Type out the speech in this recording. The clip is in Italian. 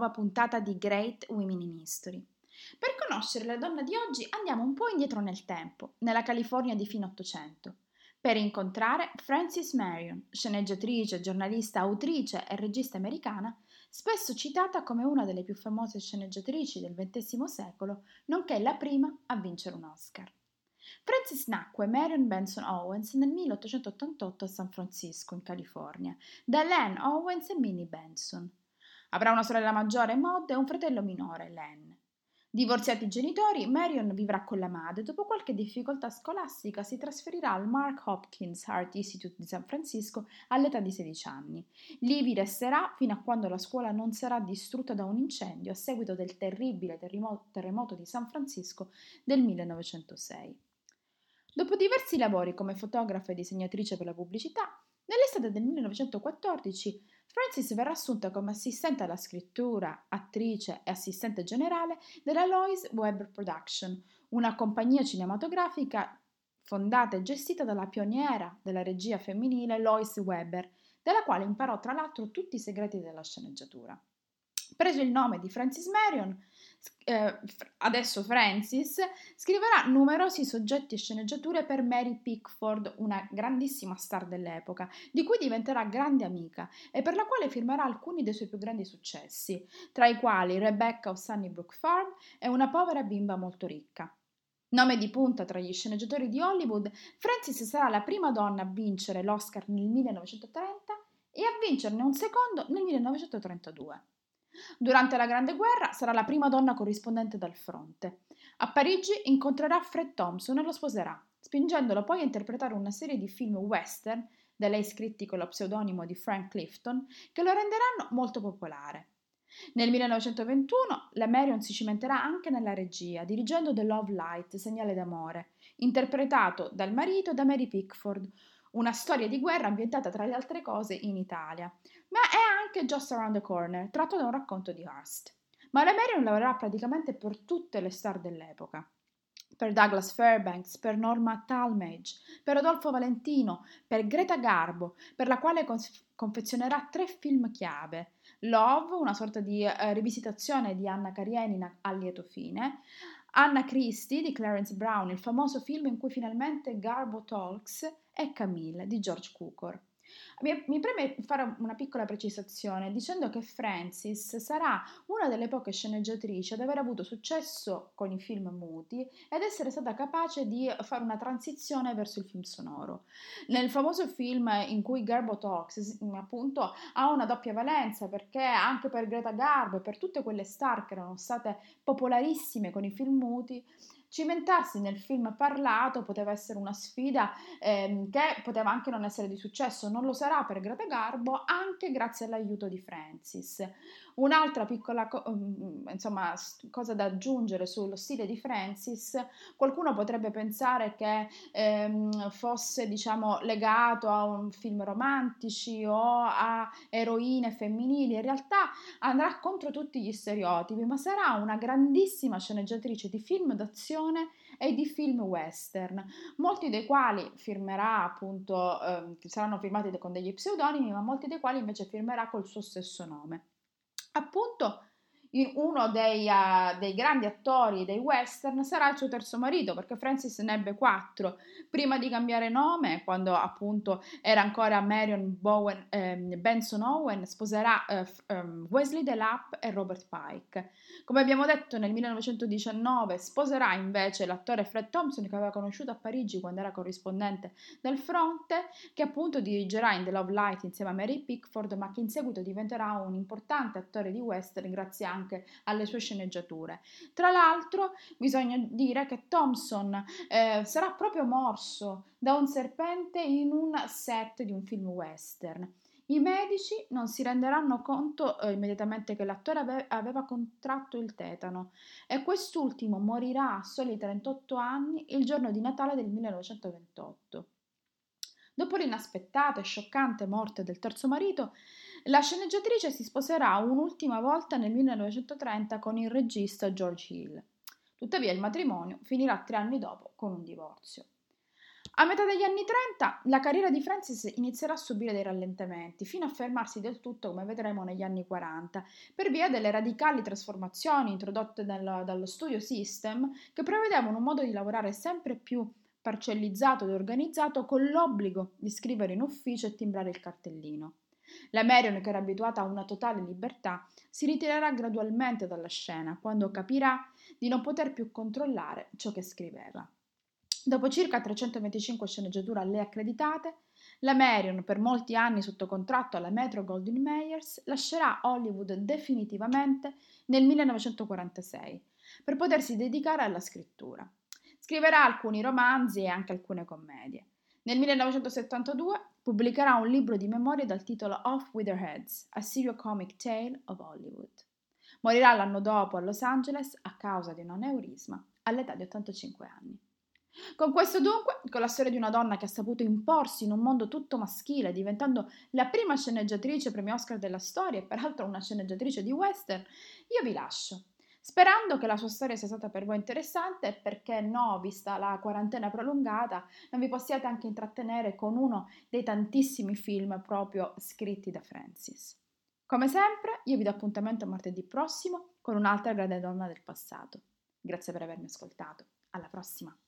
nuova puntata di Great Women in History. Per conoscere le donne di oggi andiamo un po' indietro nel tempo, nella California di fine Ottocento, per incontrare Frances Marion, sceneggiatrice, giornalista, autrice e regista americana, spesso citata come una delle più famose sceneggiatrici del XX secolo, nonché la prima a vincere un Oscar. Frances nacque Marion Benson Owens nel 1888 a San Francisco, in California, da Len Owens e Minnie Benson. Avrà una sorella maggiore, Maud, e un fratello minore, Len. Divorziati i genitori, Marion vivrà con la madre e dopo qualche difficoltà scolastica si trasferirà al Mark Hopkins Art Institute di San Francisco all'età di 16 anni. Lì vi resterà fino a quando la scuola non sarà distrutta da un incendio a seguito del terribile terremoto di San Francisco del 1906. Dopo diversi lavori come fotografa e disegnatrice per la pubblicità, nell'estate del 1914 Frances verrà assunta come assistente alla scrittura, attrice e assistente generale della Lois Webber Production, una compagnia cinematografica fondata e gestita dalla pioniera della regia femminile Lois Webber, dalla quale imparò tra l'altro tutti i segreti della sceneggiatura. Preso il nome di Frances Marion, adesso Frances, scriverà numerosi soggetti e sceneggiature per Mary Pickford, una grandissima star dell'epoca, di cui diventerà grande amica e per la quale firmerà alcuni dei suoi più grandi successi, tra i quali Rebecca of Sunnybrook Farm e Una povera bimba molto ricca. Nome di punta tra gli sceneggiatori di Hollywood, Frances sarà la prima donna a vincere l'Oscar nel 1930 e a vincerne un secondo nel 1932. Durante la Grande Guerra sarà la prima donna corrispondente dal fronte. A Parigi incontrerà Fred Thompson e lo sposerà, spingendolo poi a interpretare una serie di film western, da lei scritti con lo pseudonimo di Frank Clifton, che lo renderanno molto popolare. Nel 1921 la Marion si cimenterà anche nella regia, dirigendo The Love Light, Segnale d'amore, interpretato dal marito da Mary Pickford, una storia di guerra ambientata tra le altre cose in Italia, ma è anche Just Around the Corner, tratto da un racconto di Hearst. Ma la Marion lavorerà praticamente per tutte le star dell'epoca. Per Douglas Fairbanks, per Norma Talmadge, per Rodolfo Valentino, per Greta Garbo, per la quale confezionerà 3 film chiave. Love, una sorta di rivisitazione di Anna Karenina a lieto fine, Anna Christie di Clarence Brown, il famoso film in cui finalmente Garbo talks, e Camille di George Cukor. Mi preme fare una piccola precisazione dicendo che Frances sarà una delle poche sceneggiatrici ad aver avuto successo con i film muti ed essere stata capace di fare una transizione verso il film sonoro. Nel famoso film in cui Garbo Talks, appunto, ha una doppia valenza perché anche per Greta Garbo e per tutte quelle star che erano state popolarissime con i film muti, cimentarsi nel film parlato poteva essere una sfida che poteva anche non essere di successo, non lo sarà per Greta Garbo anche grazie all'aiuto di Frances. Un'altra piccola cosa da aggiungere sullo stile di Frances, qualcuno potrebbe pensare che fosse diciamo legato a un film romantici o a eroine femminili, in realtà andrà contro tutti gli stereotipi, ma sarà una grandissima sceneggiatrice di film d'azione e di film western, molti dei quali firmerà appunto, saranno firmati con degli pseudonimi, ma molti dei quali invece firmerà col suo stesso nome. Appunto, uno dei grandi attori dei western sarà il suo terzo marito, perché Frances ne ebbe 4 prima di cambiare nome, quando appunto era ancora Marion Benson Owen, sposerà Wesley Delap e Robert Pike. Come abbiamo detto, nel 1919 sposerà invece l'attore Fred Thompson, che aveva conosciuto a Parigi quando era corrispondente del fronte, che appunto dirigerà in The Love Light insieme a Mary Pickford, ma che in seguito diventerà un importante attore di western grazie anche alle sue sceneggiature. Tra l'altro bisogna dire che Thompson sarà proprio morso da un serpente in un set di un film western. I medici non si renderanno conto immediatamente che l'attore aveva contratto il tetano e quest'ultimo morirà a soli 38 anni il giorno di Natale del 1928. Dopo l'inaspettata e scioccante morte del terzo marito, la sceneggiatrice si sposerà un'ultima volta nel 1930 con il regista George Hill. Tuttavia il matrimonio finirà 3 anni dopo con un divorzio. A metà degli anni 30 la carriera di Francis inizierà a subire dei rallentamenti, fino a fermarsi del tutto, come vedremo, negli anni 40, per via delle radicali trasformazioni introdotte dallo studio system, che prevedevano un modo di lavorare sempre più parcellizzato ed organizzato, con l'obbligo di scrivere in ufficio e timbrare il cartellino. La Marion, che era abituata a una totale libertà, si ritirerà gradualmente dalla scena quando capirà di non poter più controllare ciò che scriveva. Dopo circa 325 sceneggiature a lei accreditate, la Marion, per molti anni sotto contratto alla Metro-Goldwyn-Mayers, lascerà Hollywood definitivamente nel 1946 per potersi dedicare alla scrittura. Scriverà alcuni romanzi e anche alcune commedie. Nel 1972 pubblicherà un libro di memorie dal titolo Off with Their Heads, A Serio-Comic Tale of Hollywood. Morirà l'anno dopo a Los Angeles a causa di un aneurisma all'età di 85 anni. Con questo dunque, con la storia di una donna che ha saputo imporsi in un mondo tutto maschile, diventando la prima sceneggiatrice premio Oscar della storia e peraltro una sceneggiatrice di western, io vi lascio, sperando che la sua storia sia stata per voi interessante e, perché no, vista la quarantena prolungata, non vi possiate anche intrattenere con uno dei tantissimi film proprio scritti da Francis. Come sempre, io vi do appuntamento a martedì prossimo con un'altra grande donna del passato. Grazie per avermi ascoltato. Alla prossima!